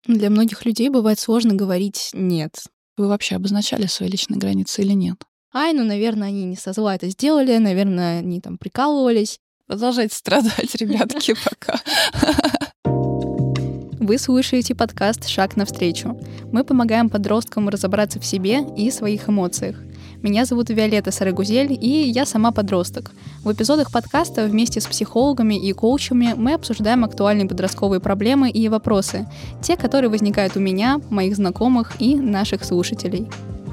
Для многих людей бывает сложно говорить «нет». Вы вообще обозначали свои личные границы или нет? Наверное, они не со зла это сделали, наверное, они там прикалывались. Продолжайте страдать, ребятки, пока. Вы слушаете подкаст «Шаг навстречу». Мы помогаем подросткам разобраться в себе и своих эмоциях. Меня зовут Виолетта Сарагузель, и я сама подросток. В эпизодах подкаста вместе с психологами и коучами мы обсуждаем актуальные подростковые проблемы и вопросы, те, которые возникают у меня, моих знакомых и наших слушателей.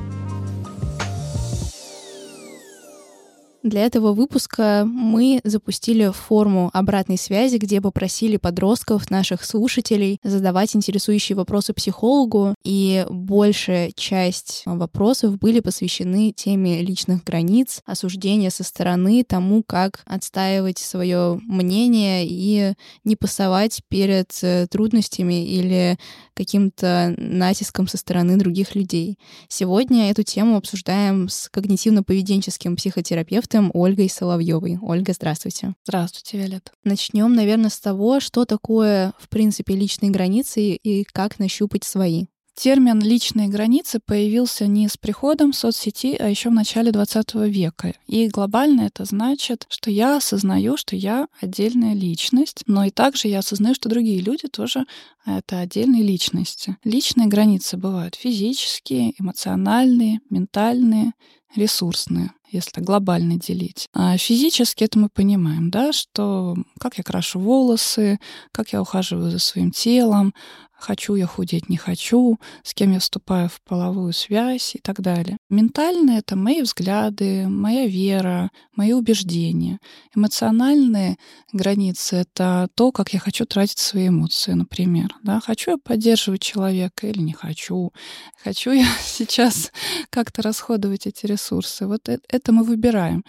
Для этого выпуска мы запустили форму обратной связи, где попросили подростков, наших слушателей, задавать интересующие вопросы психологу, и большая часть вопросов были посвящены теме личных границ, осуждения со стороны, тому, как отстаивать свое мнение и не пасовать перед трудностями или каким-то натиском со стороны других людей. Сегодня эту тему обсуждаем с когнитивно-поведенческим психотерапевтом Ольгой Соловьевой. Ольга, здравствуйте. Здравствуйте, Виолетта. Начнем, наверное, с того, что такое, в принципе, личные границы и как нащупать свои. Термин «личные границы» появился не с приходом соцсетей, а еще в начале 20 века. И глобально это значит, что я осознаю, что я отдельная личность, но и также я осознаю, что другие люди тоже это отдельные личности. Личные границы бывают физические, эмоциональные, ментальные, ресурсные, если глобально делить. А физически это мы понимаем, да, что как я крашу волосы, как я ухаживаю за своим телом, хочу я худеть, не хочу, с кем я вступаю в половую связь и так далее. Ментальные — это мои взгляды, моя вера, мои убеждения. Эмоциональные границы — это то, как я хочу тратить свои эмоции, например. Да? Хочу я поддерживать человека или не хочу. Хочу я сейчас как-то расходовать эти ресурсы. Вот это мы выбираем.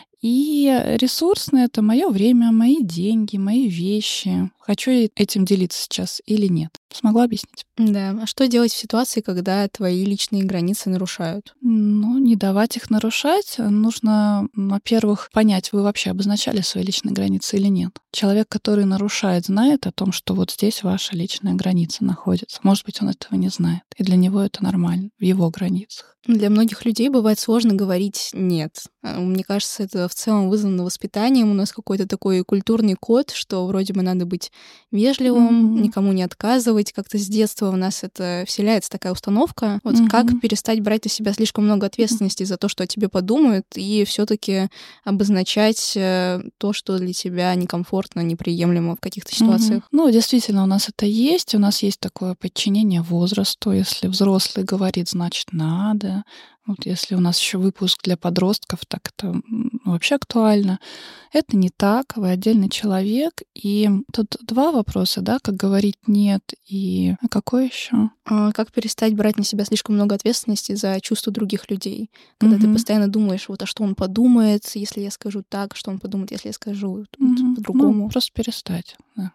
И ресурсные — это мое время, мои деньги, мои вещи. Хочу я этим делиться сейчас или нет? Смогла объяснить? Да. А что делать в ситуации, когда твои личные границы нарушают? Не давать их нарушать. Нужно, во-первых, понять, вы вообще обозначали свои личные границы или нет. Человек, который нарушает, знает о том, что вот здесь ваша личная граница находится. Может быть, он этого не знает. И для него это нормально, в его границах. Для многих людей бывает сложно говорить «нет». Мне кажется, это в целом вызвано воспитанием. У нас какой-то такой культурный код, что вроде бы надо быть вежливым, никому не отказывать. Как-то с детства у нас это вселяется такая установка. Вот как перестать брать на себя слишком много ответственности за то, что о тебе подумают, и все-таки обозначать то, что для тебя некомфортно, неприемлемо в каких-то ситуациях? Действительно, у нас это есть. У нас есть такое подчинение возрасту. Если взрослый говорит, значит, надо. Вот если у нас еще выпуск для подростков, так это вообще актуально. Это не так, вы отдельный человек. И тут два вопроса, да, как говорить «нет» и какой еще? Как перестать брать на себя слишком много ответственности за чувства других людей? Когда ты постоянно думаешь, вот, а что он подумает, если я скажу так, что он подумает, если я скажу по-другому? Просто перестать. Да.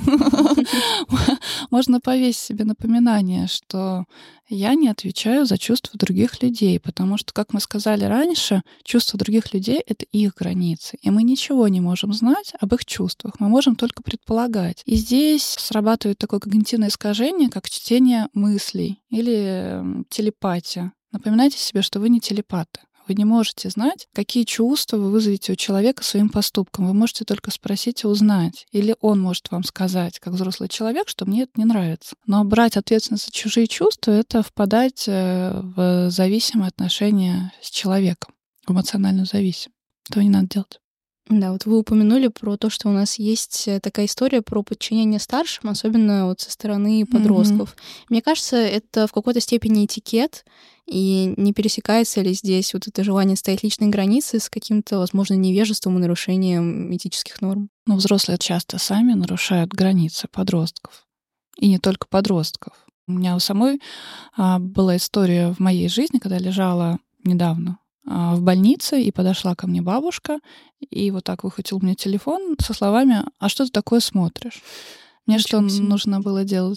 Можно повесить себе напоминание, что я не отвечаю за чувства других людей, потому что, как мы сказали раньше, чувства других людей — это их границы, и мы ничего не можем знать об их чувствах, мы можем только предполагать. И здесь срабатывает такое когнитивное искажение, как чтение мыслей или телепатия. Напоминайте себе, что вы не телепаты. Вы не можете знать, какие чувства вы вызовете у человека своим поступком. Вы можете только спросить и узнать. Или он может вам сказать, как взрослый человек, что мне это не нравится. Но брать ответственность за чужие чувства — это впадать в зависимые отношения с человеком, в эмоциональную зависимость. Этого не надо делать. Да, вот вы упомянули про то, что у нас есть такая история про подчинение старшим, особенно вот со стороны подростков. Мне кажется, это в какой-то степени этикет, и не пересекается ли здесь вот это желание ставить личные границы с каким-то, возможно, невежеством и нарушением этических норм? Взрослые часто сами нарушают границы подростков. И не только подростков. У меня у самой была история в моей жизни, когда я лежала недавно в больнице, и подошла ко мне бабушка, и вот так выхватила у меня телефон со словами: «А что ты такое смотришь?» Мне что нужно было делать?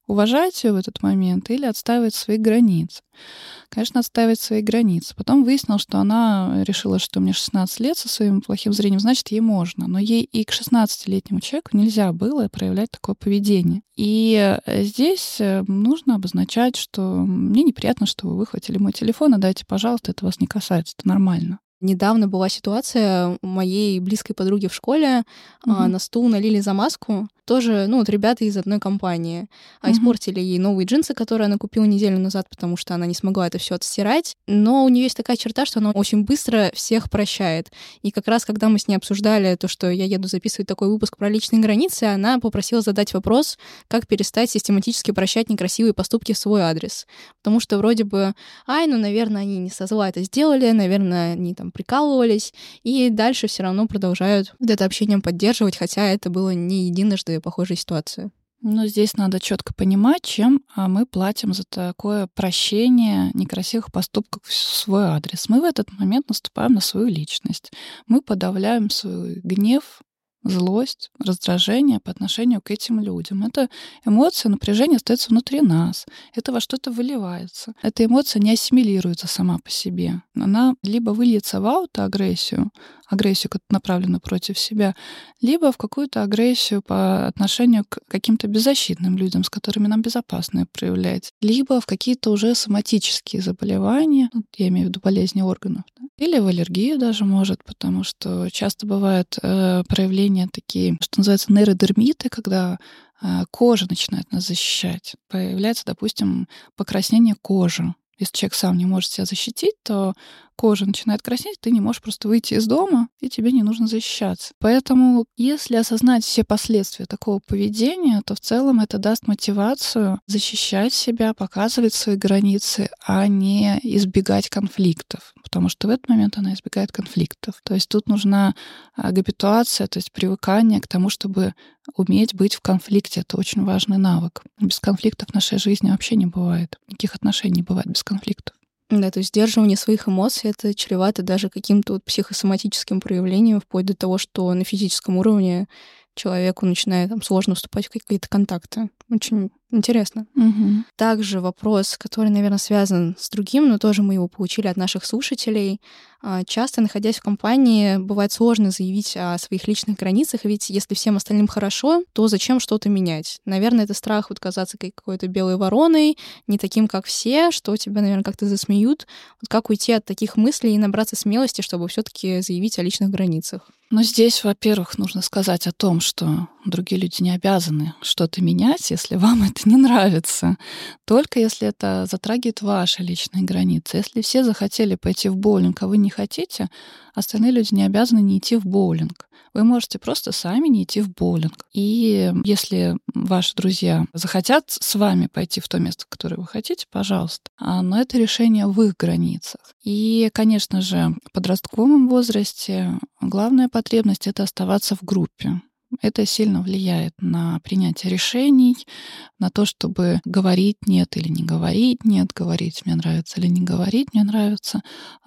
уважать ее в этот момент или отстаивать свои границы. Конечно, отстаивать свои границы. Потом выяснилось, что она решила, что мне 16 лет со своим плохим зрением, значит, ей можно. Но ей и к 16-летнему человеку нельзя было проявлять такое поведение. И здесь нужно обозначать, что мне неприятно, что вы выхватили мой телефон, и дайте, пожалуйста, это вас не касается, это нормально. Недавно была ситуация у моей близкой подруги в школе. На стул налили замазку. Тоже, ребята из одной компании. Испортили ей новые джинсы, которые она купила неделю назад, потому что она не смогла это все отстирать. Но у нее есть такая черта, что она очень быстро всех прощает. И как раз, когда мы с ней обсуждали то, что я еду записывать такой выпуск про личные границы, она попросила задать вопрос, как перестать систематически прощать некрасивые поступки в свой адрес. Потому что вроде бы, наверное, они не со зла это сделали, наверное, они там прикалывались, и дальше все равно продолжают это общение поддерживать, хотя это было не единожды похожая ситуация. Но здесь надо четко понимать, чем мы платим за такое прощение некрасивых поступков в свой адрес. Мы в этот момент наступаем на свою личность. Мы подавляем свой гнев, злость, раздражение по отношению к этим людям. Эта эмоция, напряжение остается внутри нас. Это во что-то выливается. Эта эмоция не ассимилируется сама по себе. Она либо выльется в аутоагрессию, агрессию, направленную против себя, либо в какую-то агрессию по отношению к каким-то беззащитным людям, с которыми нам безопасно проявлять, либо в какие-то уже соматические заболевания, я имею в виду болезни органов, или в аллергию даже может, потому что часто бывают проявления такие, что называется нейродермиты, когда кожа начинает нас защищать. Появляется, допустим, покраснение кожи. Если человек сам не может себя защитить, то кожа начинает краснеть, ты не можешь просто выйти из дома, и тебе не нужно защищаться. Поэтому, если осознать все последствия такого поведения, то в целом это даст мотивацию защищать себя, показывать свои границы, а не избегать конфликтов. Потому что в этот момент она избегает конфликтов. То есть тут нужна габитуация, то есть привыкание к тому, чтобы уметь быть в конфликте. Это очень важный навык. Без конфликтов в нашей жизни вообще не бывает. Никаких отношений не бывает без конфликтов. Да, то есть сдерживание своих эмоций — это чревато даже каким-то психосоматическим проявлением, вплоть до того, что на физическом уровне человеку начинает сложно вступать в какие-то контакты. Очень интересно. Угу. Также вопрос, который, наверное, связан с другим, но тоже мы его получили от наших слушателей. Часто, находясь в компании, бывает сложно заявить о своих личных границах, ведь если всем остальным хорошо, то зачем что-то менять? Наверное, это страх казаться какой-то белой вороной, не таким, как все, что тебя, наверное, как-то засмеют. Как уйти от таких мыслей и набраться смелости, чтобы все-таки заявить о личных границах? Но здесь, во-первых, нужно сказать о том, что другие люди не обязаны что-то менять, если вам это не нравится. Только если это затрагивает ваши личные границы. Если все захотели пойти в боулинг, а вы не хотите, остальные люди не обязаны не идти в боулинг. Вы можете просто сами не идти в боулинг. И если ваши друзья захотят с вами пойти в то место, в которое вы хотите, пожалуйста. Но это решение в их границах. И, конечно же, в подростковом возрасте главная потребность — это оставаться в группе. Это сильно влияет на принятие решений, на то, чтобы говорить «нет» или не говорить «нет», говорить «мне нравится» или не говорить «мне нравится».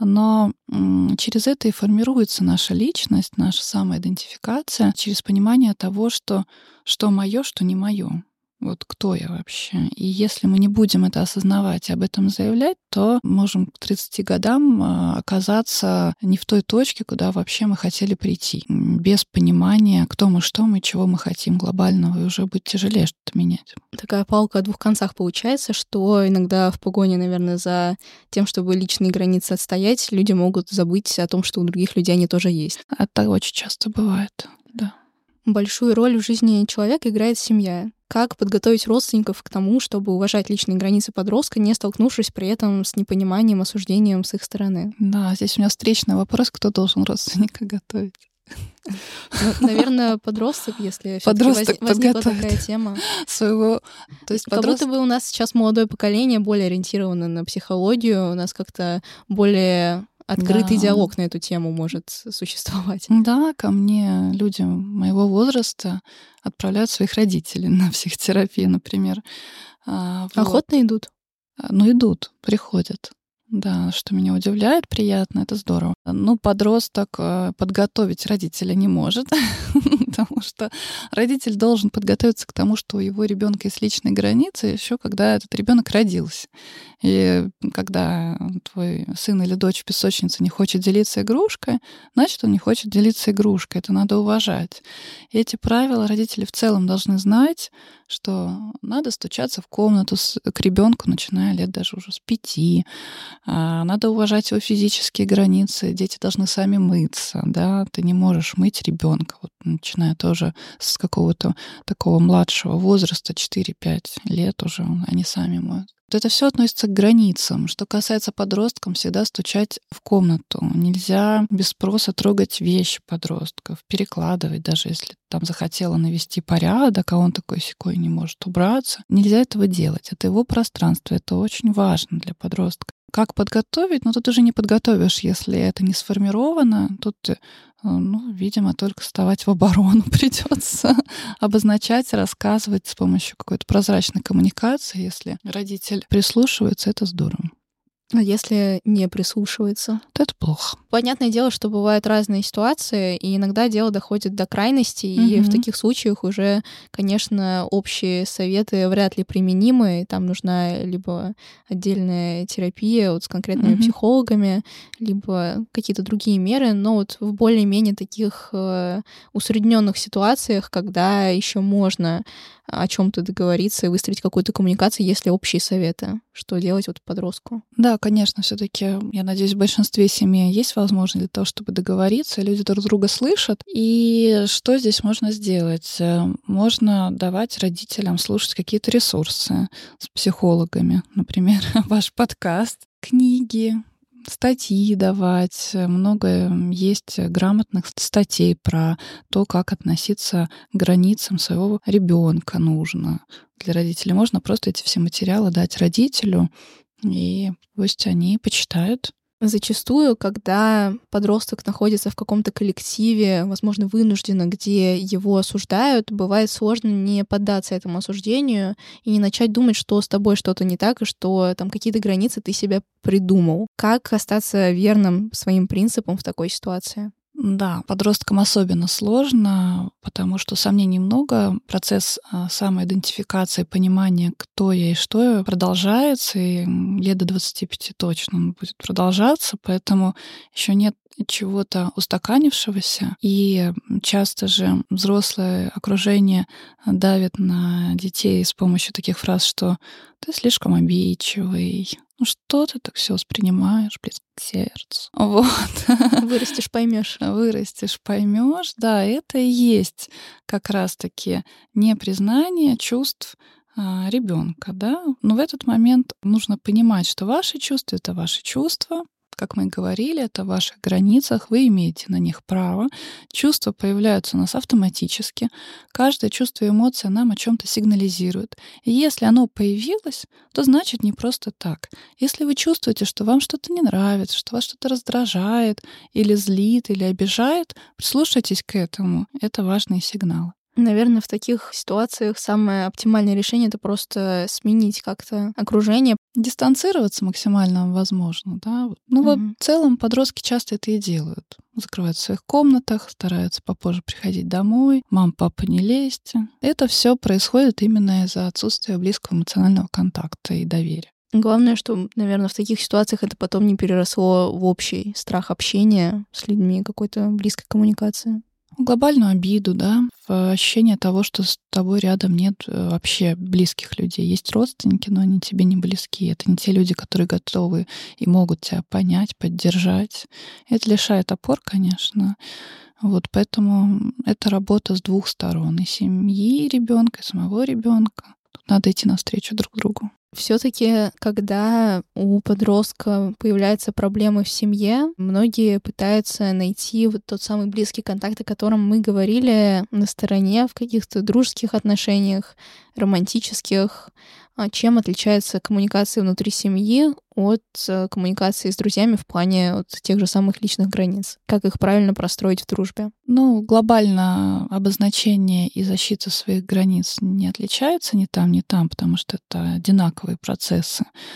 Но через это и формируется наша личность, наша самоидентификация, через понимание того, что моё, что не моё. Вот кто я вообще? И если мы не будем это осознавать и об этом заявлять, то можем к 30 годам оказаться не в той точке, куда вообще мы хотели прийти. Без понимания, кто мы, что мы, чего мы хотим глобального, и уже будет тяжелее что-то менять. Такая палка о двух концах получается, что иногда в погоне, наверное, за тем, чтобы личные границы отстоять, люди могут забыть о том, что у других людей они тоже есть. Это очень часто бывает, да. Большую роль в жизни человека играет семья. Как подготовить родственников к тому, чтобы уважать личные границы подростка, не столкнувшись при этом с непониманием, осуждением с их стороны? Да, здесь у меня встречный вопрос, кто должен родственника готовить. Наверное, подросток, если возникла такая тема. Своего, то есть как будто бы у нас сейчас молодое поколение более ориентировано на психологию, у нас как-то более открытый диалог на эту тему может существовать. Да, ко мне люди моего возраста отправляют своих родителей на психотерапию, например. Охотно идут? Ну, идут, приходят. Да, что меня удивляет, приятно, это здорово. Ну, подросток подготовить родителя не может, потому что родитель должен подготовиться к тому, что у его ребенка есть личные границы еще когда этот ребенок родился. И когда твой сын или дочь в песочнице не хочет делиться игрушкой, значит, он не хочет делиться игрушкой. Это надо уважать. И эти правила родители в целом должны знать, что надо стучаться в комнату к ребенку, начиная лет даже уже с 5. Надо уважать его физические границы. Дети должны сами мыться, да. Ты не можешь мыть ребенка, вот, начиная тоже с какого-то такого младшего возраста, 4-5 лет уже они сами моют. Вот это все относится к границам. Что касается подростков, всегда стучать в комнату. Нельзя без спроса трогать вещи подростков, перекладывать, даже если там захотела навести порядок, а он такой-сякой не может убраться. Нельзя этого делать. Это его пространство. Это очень важно для подростка. Как подготовить? Ну, тут уже не подготовишь, если это не сформировано. Тут, видимо, только вставать в оборону придется, обозначать, рассказывать с помощью какой-то прозрачной коммуникации. Если родитель прислушивается, это здорово. А если не прислушивается? То это плохо. Понятное дело, что бывают разные ситуации, и иногда дело доходит до крайностей, и в таких случаях уже, конечно, общие советы вряд ли применимы. Там нужна либо отдельная терапия вот с конкретными психологами, либо какие-то другие меры. Но вот в более-менее таких усредненных ситуациях, когда еще можно о чем-то договориться и выстроить какую-то коммуникацию, если общие советы, что делать вот подростку. Да, конечно, все-таки, я надеюсь, в большинстве семей есть возможность для того, чтобы договориться, люди друг друга слышат. И что здесь можно сделать? Можно давать родителям слушать какие-то ресурсы с психологами, например, ваш подкаст, книги, статьи давать. Много есть грамотных статей про то, как относиться к границам своего ребенка нужно. Для родителей можно просто эти все материалы дать родителю, и пусть они почитают. Зачастую, когда подросток находится в каком-то коллективе, возможно, вынужденно, где его осуждают, бывает сложно не поддаться этому осуждению и не начать думать, что с тобой что-то не так, и что там какие-то границы ты себе придумал. Как остаться верным своим принципам в такой ситуации? Да, подросткам особенно сложно, потому что сомнений много. Процесс самоидентификации, понимания, кто я и что я, продолжается, и лет до 25 точно он будет продолжаться, поэтому еще нет чего-то устаканившегося. И часто же взрослое окружение давит на детей с помощью таких фраз, что ты слишком обидчивый, ну что ты так все воспринимаешь, близко к сердцу. Вот. Вырастешь, поймешь. Вырастешь, поймешь. Да, это и есть как раз-таки непризнание чувств ребенка, да. Но в этот момент нужно понимать, что ваши чувства — это ваши чувства. Как мы и говорили, это в ваших границах, вы имеете на них право. Чувства появляются у нас автоматически. Каждое чувство и эмоция нам о чем-то сигнализирует. И если оно появилось, то значит не просто так. Если вы чувствуете, что вам что-то не нравится, что вас что-то раздражает, или злит, или обижает, прислушайтесь к этому. Это важные сигналы. Наверное, в таких ситуациях самое оптимальное решение — это просто сменить как-то окружение. Дистанцироваться максимально возможно, да. Ну вот в целом подростки часто это и делают. Закрываются в своих комнатах, стараются попозже приходить домой. Мам, папа, не лезьте. Это все происходит именно из-за отсутствия близкого эмоционального контакта и доверия. Главное, что, наверное, в таких ситуациях это потом не переросло в общий страх общения с людьми, какой-то близкой коммуникации. Глобальную обиду, да, в ощущение того, что с тобой рядом нет вообще близких людей. Есть родственники, но они тебе не близки. Это не те люди, которые готовы и могут тебя понять, поддержать. Это лишает опор, конечно. Вот поэтому это работа с двух сторон. И семьи ребенка, и самого ребенка. Тут надо идти навстречу друг другу. Все-таки, когда у подростка появляются проблемы в семье, многие пытаются найти вот тот самый близкий контакт, о котором мы говорили, на стороне, в каких-то дружеских отношениях, романтических. Чем отличается коммуникация внутри семьи от коммуникации с друзьями в плане вот тех же самых личных границ? Как их правильно простроить в дружбе? Ну, глобально обозначение и защита своих границ не отличаются ни там, потому что это одинаковые процессы.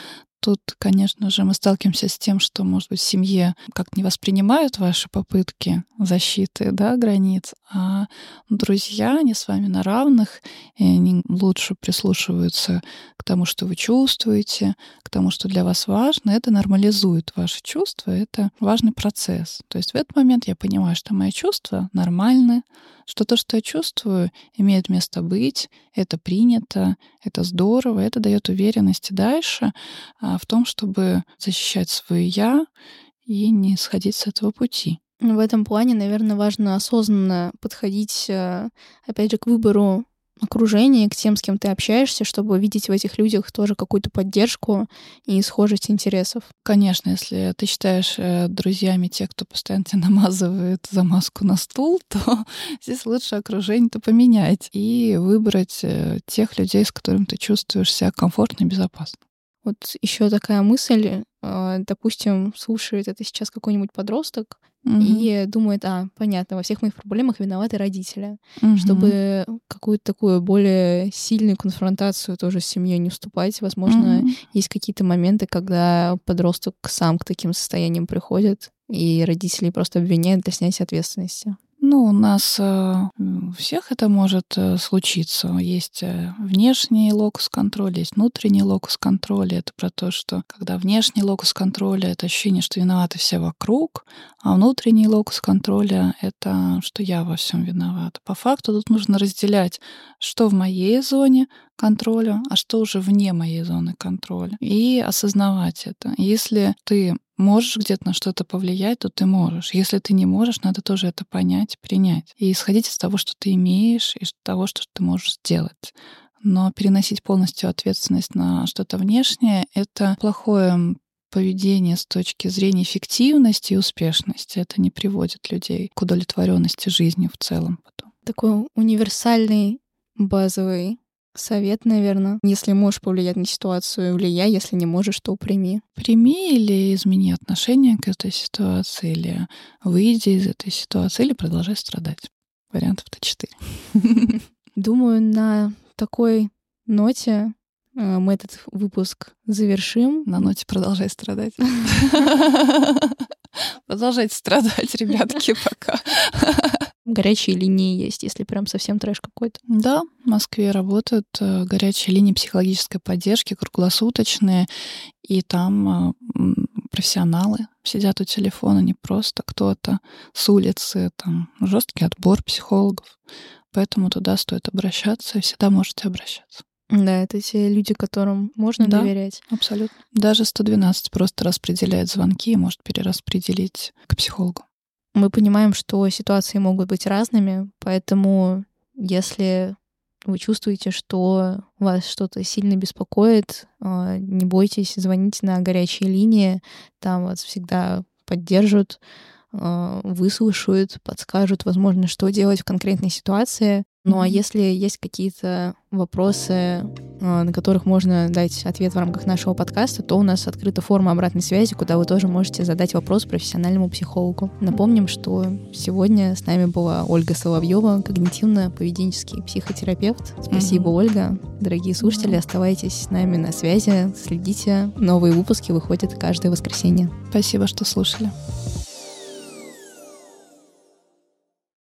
тут, конечно же, мы сталкиваемся с тем, что, может быть, в семье как-то не воспринимают ваши попытки защиты, да, границ, а друзья, они с вами на равных, и они лучше прислушиваются к тому, что вы чувствуете, к тому, что для вас важно. Это нормализует ваши чувства, это важный процесс. То есть в этот момент я понимаю, что мои чувства нормальны, что то, что я чувствую, имеет место быть, это принято, это здорово, это дает уверенность и дальше в том, чтобы защищать свое «я» и не сходить с этого пути. В этом плане, наверное, важно осознанно подходить, опять же, к выбору окружения, к тем, с кем ты общаешься, чтобы видеть в этих людях тоже какую-то поддержку и схожесть интересов. Конечно, если ты считаешь друзьями тех, кто постоянно тебя намазывает замазку на стул, то здесь лучше окружение-то поменять и выбрать тех людей, с которыми ты чувствуешь себя комфортно и безопасно. Вот еще такая мысль, допустим, слушает это сейчас какой-нибудь подросток и думает, понятно, во всех моих проблемах виноваты родители. Чтобы какую-то такую более сильную конфронтацию тоже с семьей не вступать. Возможно, есть какие-то моменты, когда подросток сам к таким состояниям приходит, и родители просто обвиняют для снятия ответственности. У нас у всех это может случиться. Есть внешний локус контроля, есть внутренний локус контроля. Это про то, что когда внешний локус контроля — это ощущение, что виноваты все вокруг, а внутренний локус контроля — это что я во всем виновата. По факту тут нужно разделять, что в моей зоне контроля, а что уже вне моей зоны контроля. И осознавать это. Если ты можешь где-то на что-то повлиять, то ты можешь. Если ты не можешь, надо тоже это понять, принять. И исходить из того, что ты имеешь, и из того, что ты можешь сделать. Но переносить полностью ответственность на что-то внешнее — это плохое поведение с точки зрения эффективности и успешности. Это не приводит людей к удовлетворенности жизнью в целом потом. Такой универсальный, базовый совет, наверное. Если можешь повлиять на ситуацию, влияй. Если не можешь, то прими. Прими или измени отношение к этой ситуации, или выйди из этой ситуации, или продолжай страдать. Вариантов-то 4. Думаю, на такой ноте мы этот выпуск завершим. На ноте продолжай страдать. Продолжайте страдать, ребятки, пока. Горячие линии есть, если прям совсем трэш какой-то. Да, в Москве работают горячие линии психологической поддержки, круглосуточные, и там профессионалы сидят у телефона, не просто кто-то с улицы, там жесткий отбор психологов. Поэтому туда стоит обращаться, и всегда можете обращаться. Да, это те люди, которым можно доверять. Абсолютно. Даже 112 просто распределяет звонки и может перераспределить к психологу. Мы понимаем, что ситуации могут быть разными, поэтому если вы чувствуете, что вас что-то сильно беспокоит, не бойтесь, звоните на горячие линии, там вас всегда поддержат, выслушают, подскажут, возможно, что делать в конкретной ситуации. Ну а если есть какие-то вопросы, на которых можно дать ответ в рамках нашего подкаста, то у нас открыта форма обратной связи, куда вы тоже можете задать вопрос профессиональному психологу. Напомним, что сегодня с нами была Ольга Соловьева, когнитивно-поведенческий психотерапевт. Спасибо, Ольга. Дорогие слушатели, оставайтесь с нами на связи, следите. Новые выпуски выходят каждое воскресенье. Спасибо, что слушали.